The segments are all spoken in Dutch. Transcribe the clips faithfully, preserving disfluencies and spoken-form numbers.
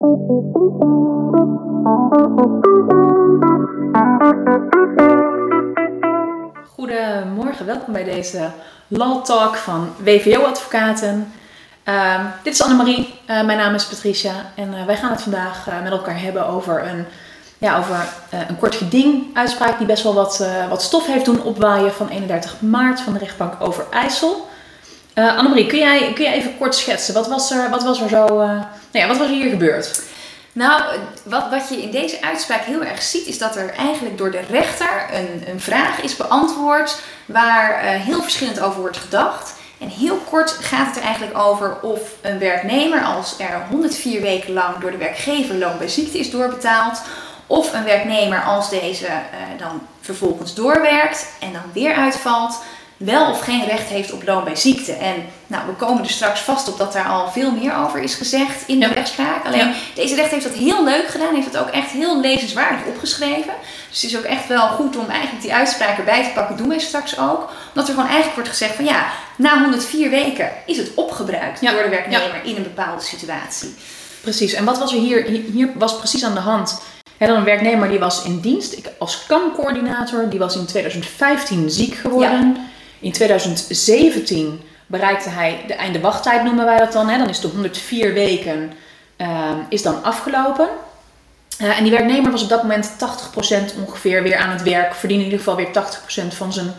Goedemorgen, welkom bij deze Law Talk van W V O-advocaten. Uh, dit is Annemarie, uh, mijn naam is Patricia en uh, wij gaan het vandaag uh, met elkaar hebben over een, ja, over, uh, een kort geding-uitspraak die best wel wat, uh, wat stof heeft doen opwaaien van eenendertig maart van de rechtbank Overijssel. Uh, Annemarie, kun jij, kun jij even kort schetsen? Wat was er, wat was er zo, uh, nou ja, wat was er hier gebeurd? Nou, wat, wat je in deze uitspraak heel erg ziet, is dat er eigenlijk door de rechter een, een vraag is beantwoord waar uh, heel verschillend over wordt gedacht. En heel kort gaat het er eigenlijk over of een werknemer, als er honderdvier weken lang door de werkgever loon bij ziekte is doorbetaald, of een werknemer als deze uh, dan vervolgens doorwerkt en dan weer uitvalt, wel of geen recht heeft op loon bij ziekte. En nou, we komen er straks vast op dat daar al veel meer over is gezegd in de ja. rechtspraak. Alleen ja. deze rechter heeft dat heel leuk gedaan, heeft het ook echt heel lezenswaardig opgeschreven. Dus het is ook echt wel goed om eigenlijk die uitspraak erbij te pakken, doen wij straks ook. Omdat er gewoon eigenlijk wordt gezegd van ja, na honderdvier weken is het opgebruikt ja. door de werknemer ja. in een bepaalde situatie. Precies, en wat was er hier? Hier was precies aan de hand. He, dan een werknemer die was in dienst ik, als C A M-coördinator, die was in tweeduizend vijftien ziek geworden. Ja. In tweeduizend zeventien bereikte hij de einde wachttijd, noemen wij dat dan. Hè? Dan is de honderdvier weken uh, is dan afgelopen. Uh, en die werknemer was op dat moment tachtig procent ongeveer weer aan het werk. Verdiende in ieder geval weer tachtig procent van zijn,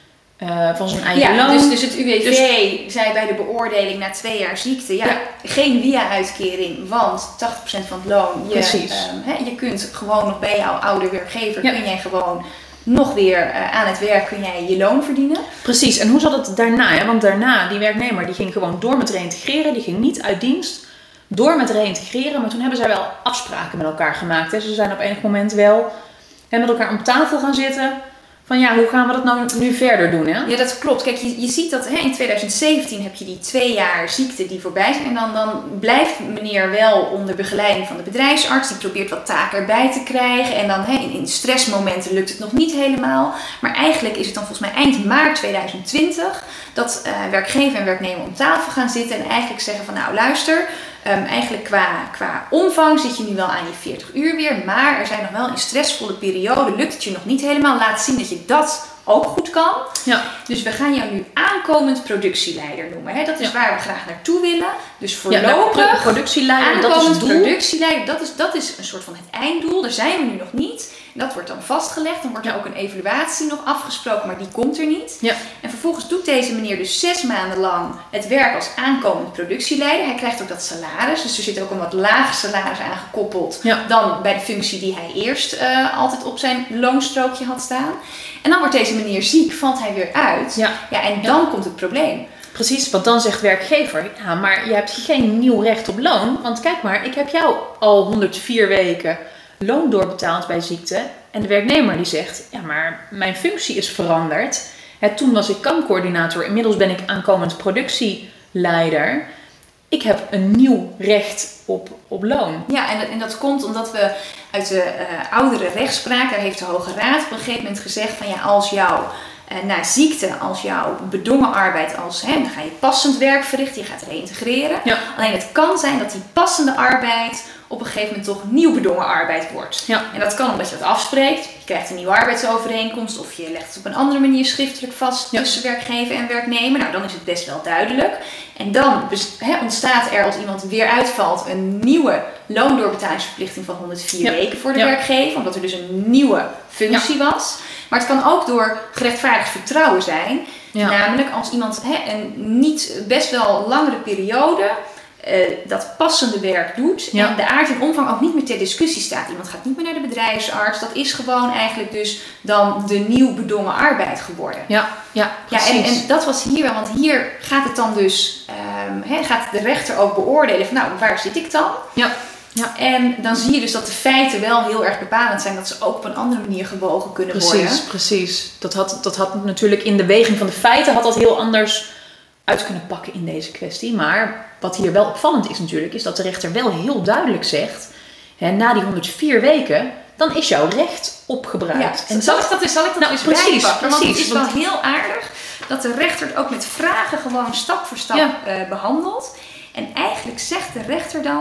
uh, van zijn eigen ja, loon. Dus, dus het U W V dus, zei bij de beoordeling na twee jaar ziekte, ja, ja. geen W I A-uitkering, want tachtig procent van het loon. Je, Precies. Um, he, je kunt gewoon nog bij jouw oude werkgever, ja. kun jij gewoon nog weer uh, aan het werk kun jij je loon verdienen. Precies, en hoe zat het daarna? Hè? Want daarna, die werknemer die ging gewoon door met reïntegreren. Die ging niet uit dienst, door met reïntegreren. Maar toen hebben zij wel afspraken met elkaar gemaakt. Hè? Ze zijn op enig moment wel hè, met elkaar om tafel gaan zitten. Van ja, hoe gaan we dat nou nu verder doen? Hè? Ja, dat klopt. Kijk, je, je ziet dat hè, in tweeduizend zeventien heb je die twee jaar ziekte die voorbij zijn. En dan, dan blijft meneer wel onder begeleiding van de bedrijfsarts. Die probeert wat taken erbij te krijgen. En dan hè, in, in stressmomenten lukt het nog niet helemaal. Maar eigenlijk is het dan volgens mij eind maart tweeduizend twintig dat uh, werkgever en werknemer om tafel gaan zitten. En eigenlijk zeggen van nou luister, um, eigenlijk qua, qua omvang zit je nu wel aan je veertig uur weer. Maar er zijn nog wel in stressvolle perioden lukt het je nog niet helemaal. Laat zien dat je dat ook goed kan. Ja. Dus we gaan jou nu aankomend productieleider noemen. Hè? Dat is ja. waar we graag naartoe willen. Dus voorlopig ja, productieleider, aankomend dat is het doel. productieleider, dat is, dat is een soort van het einddoel. Daar zijn we nu nog niet. En dat wordt dan vastgelegd. Dan wordt er ja. ook een evaluatie nog afgesproken, maar die komt er niet. Ja. En vervolgens doet deze meneer dus zes maanden lang het werk als aankomend productieleider. Hij krijgt ook dat salaris. Dus er zit ook een wat lager salaris aan gekoppeld ja. dan bij de functie die hij eerst uh, altijd op zijn loonstrookje had staan. En dan wordt deze meneer ziek, valt hij weer uit. Ja. Ja, en dan ja. komt het probleem. Precies, want dan zegt werkgever, ja, maar je hebt geen nieuw recht op loon. Want kijk maar, ik heb jou al honderdvier weken loon doorbetaald bij ziekte. En de werknemer die zegt, ja, maar mijn functie is veranderd. Hè, toen was ik C A M-coördinator, inmiddels ben ik aankomend productieleider. Ik heb een nieuw recht op, op loon. Ja, en dat, en dat komt omdat we uit de uh, oudere rechtspraak, daar heeft de Hoge Raad op een gegeven moment gezegd van ja, als jouw uh, na ziekte, als jouw bedongen arbeid, als, hè, dan ga je passend werk verrichten, je gaat reïntegreren. Ja. Alleen het kan zijn dat die passende arbeid op een gegeven moment toch nieuw bedongen arbeid wordt. Ja. En dat kan omdat je dat afspreekt. Je krijgt een nieuwe arbeidsovereenkomst of je legt het op een andere manier schriftelijk vast ja. tussen werkgever en werknemer. Nou, dan is het best wel duidelijk. En dan he, ontstaat er als iemand weer uitvalt een nieuwe loondoorbetalingsverplichting van honderdvier ja. weken voor de ja. werkgever. Omdat er dus een nieuwe functie ja. was. Maar het kan ook door gerechtvaardigd vertrouwen zijn. Ja. Namelijk als iemand he, een niet best wel langere periode Uh, dat passende werk doet ja. en de aard en omvang ook niet meer ter discussie staat. Iemand gaat niet meer naar de bedrijfsarts. Dat is gewoon eigenlijk dus dan de nieuw bedongen arbeid geworden. Ja, ja, ja en, en dat was hier wel, want hier gaat het dan dus, um, he, gaat de rechter ook beoordelen van nou, waar zit ik dan? Ja. Ja. En dan zie je dus dat de feiten wel heel erg bepalend zijn, dat ze ook op een andere manier gewogen kunnen precies, worden. Precies, precies. Dat had, dat had natuurlijk in de weging van de feiten had dat heel anders uit kunnen pakken in deze kwestie. Maar wat hier wel opvallend is natuurlijk, is dat de rechter wel heel duidelijk zegt, hè, na die honderdvier weken, dan is jouw recht opgebruikt. Ja, en zal, ik dat, zal ik dat nou, eens precies, bijpakken? Precies, want het is want... wel heel aardig dat de rechter het ook met vragen gewoon stap voor stap ja. uh, behandelt. En eigenlijk zegt de rechter dan,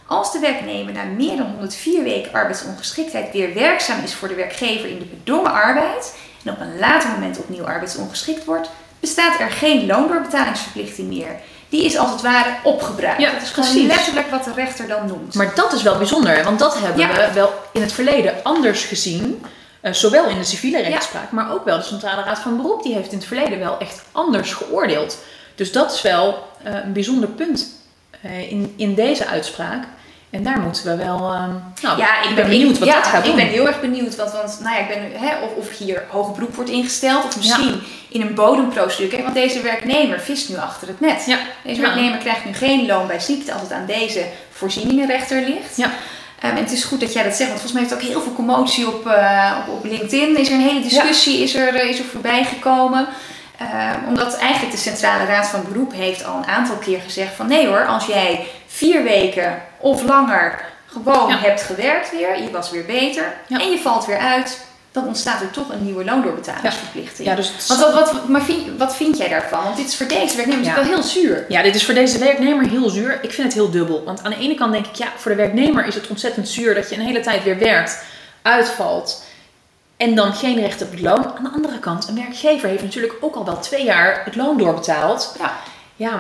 Als de werknemer na meer dan honderdvier weken arbeidsongeschiktheid weer werkzaam is voor de werkgever in de bedongen arbeid en op een later moment opnieuw arbeidsongeschikt wordt, bestaat er geen loondoorbetalingsverplichting meer. Die is als het ware opgebruikt. Ja, dat is precies. gewoon letterlijk wat de rechter dan noemt. Maar dat is wel bijzonder, want dat hebben Ja. we wel in het verleden anders gezien. Uh, zowel in de civiele rechtspraak, maar ook wel de Centrale Raad van Beroep. Die heeft in het verleden wel echt anders geoordeeld. Dus dat is wel uh, een bijzonder punt uh, in, in deze uitspraak. En daar moeten we wel... Uh, nou, ja, ik ben ben benieuwd ik, wat ja, dat gaat doen. Ik ben heel erg benieuwd, want, want nou ja, ik ben, hè, of, of hier hoger beroep wordt ingesteld, of misschien ja. in een bodemprocedure. Kijk, want deze werknemer vist nu achter het net. Ja. Deze ja. werknemer krijgt nu geen loon bij ziekte als het aan deze voorzieningenrechter ligt. Ja. Um, en het is goed dat jij dat zegt, want volgens mij heeft het ook heel veel commotie op, uh, op, op LinkedIn. Is er een hele discussie, ja. is, er, uh, is er voorbij gekomen. Uh, omdat eigenlijk de Centrale Raad van Beroep heeft al een aantal keer gezegd van nee hoor, als jij vier weken of langer gewoon ja. hebt gewerkt weer, je was weer beter ja. en je valt weer uit, dan ontstaat er toch een nieuwe loondoorbetalingsverplichting. Ja. Ja, dus Want wat, wat, maar vind, wat vind jij daarvan? Want dit is voor deze werknemer ja. wel heel zuur. Ja, dit is voor deze werknemer heel zuur. Ik vind het heel dubbel. Want aan de ene kant denk ik, ja, voor de werknemer is het ontzettend zuur dat je een hele tijd weer werkt, uitvalt en dan geen recht op het loon. Aan de andere kant, een werkgever heeft natuurlijk ook al wel twee jaar het loon doorbetaald. Ja, ja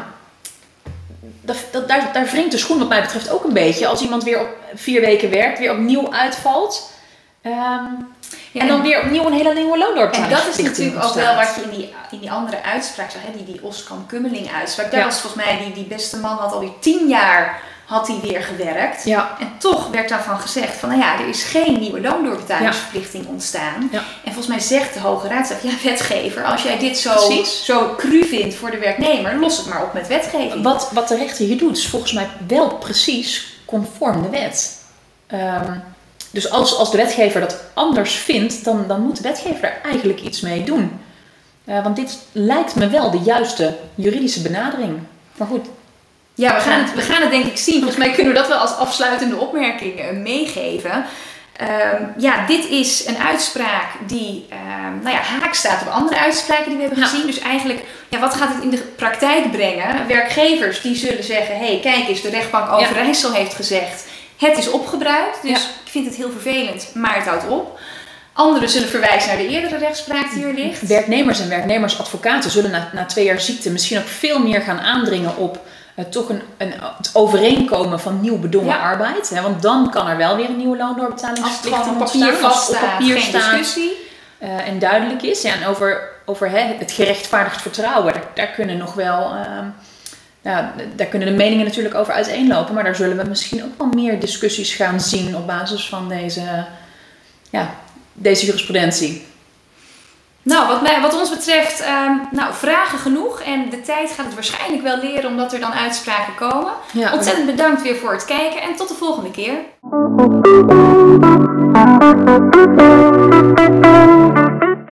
dat, dat, daar, daar wringt de schoen wat mij betreft ook een beetje. Als iemand weer op vier weken werkt, weer opnieuw uitvalt. Um, ja, en dan weer opnieuw een hele nieuwe loondoorbetaling. En dat is natuurlijk ook wel wat je in die, in die andere uitspraak zag, hè? die, die Oskam-Kummeling uitspraak. Daar ja. was volgens mij, die, die beste man had alweer tien jaar had hij weer gewerkt. Ja. En toch werd daarvan gezegd van, nou ja, er is geen nieuwe loondoorbetalingsverplichting ja. ontstaan. Ja. En volgens mij zegt de Hoge Raad, ja, wetgever, als jij dit zo, zo cru vindt voor de werknemer, los het maar op met wetgeving. Wat, wat de rechter hier doet, is volgens mij wel precies conform de wet. Um, dus als, als de wetgever dat anders vindt, dan, dan moet de wetgever er eigenlijk iets mee doen. Uh, want dit lijkt me wel de juiste juridische benadering. Maar goed. Ja, we gaan, het, we gaan het denk ik zien. Volgens mij kunnen we dat wel als afsluitende opmerking uh, meegeven. Um, ja, dit is een uitspraak die um, nou ja, haak staat op andere uitspraken die we hebben ja. gezien. Dus eigenlijk, ja, wat gaat het in de praktijk brengen? Werkgevers die zullen zeggen, hé, hey, kijk eens, de rechtbank Overijssel ja. heeft gezegd, het is opgebruikt. Dus ja. ik vind het heel vervelend, maar het houdt op. Anderen zullen verwijzen naar de eerdere rechtspraak die er ligt. Werknemers en werknemersadvocaten zullen na, na twee jaar ziekte misschien ook veel meer gaan aandringen op uh, toch een, een, het overeenkomen van nieuw bedongen ja. arbeid. Hè, want dan kan er wel weer een nieuwe loondoorbetalingsverplichting ontstaan. Als het op papier vaststaat, op papier geen staat, discussie. Uh, en duidelijk is. Ja, en over, over hè, het gerechtvaardigd vertrouwen, daar, daar kunnen nog wel... Uh, Nou, daar kunnen de meningen natuurlijk over uiteenlopen, maar daar zullen we misschien ook wel meer discussies gaan zien op basis van deze, ja, deze jurisprudentie. Nou, wat, mij, wat ons betreft, um, nou, vragen genoeg en de tijd gaat het waarschijnlijk wel leren omdat er dan uitspraken komen. Ja, Ontzettend bedankt weer voor het kijken en tot de volgende keer.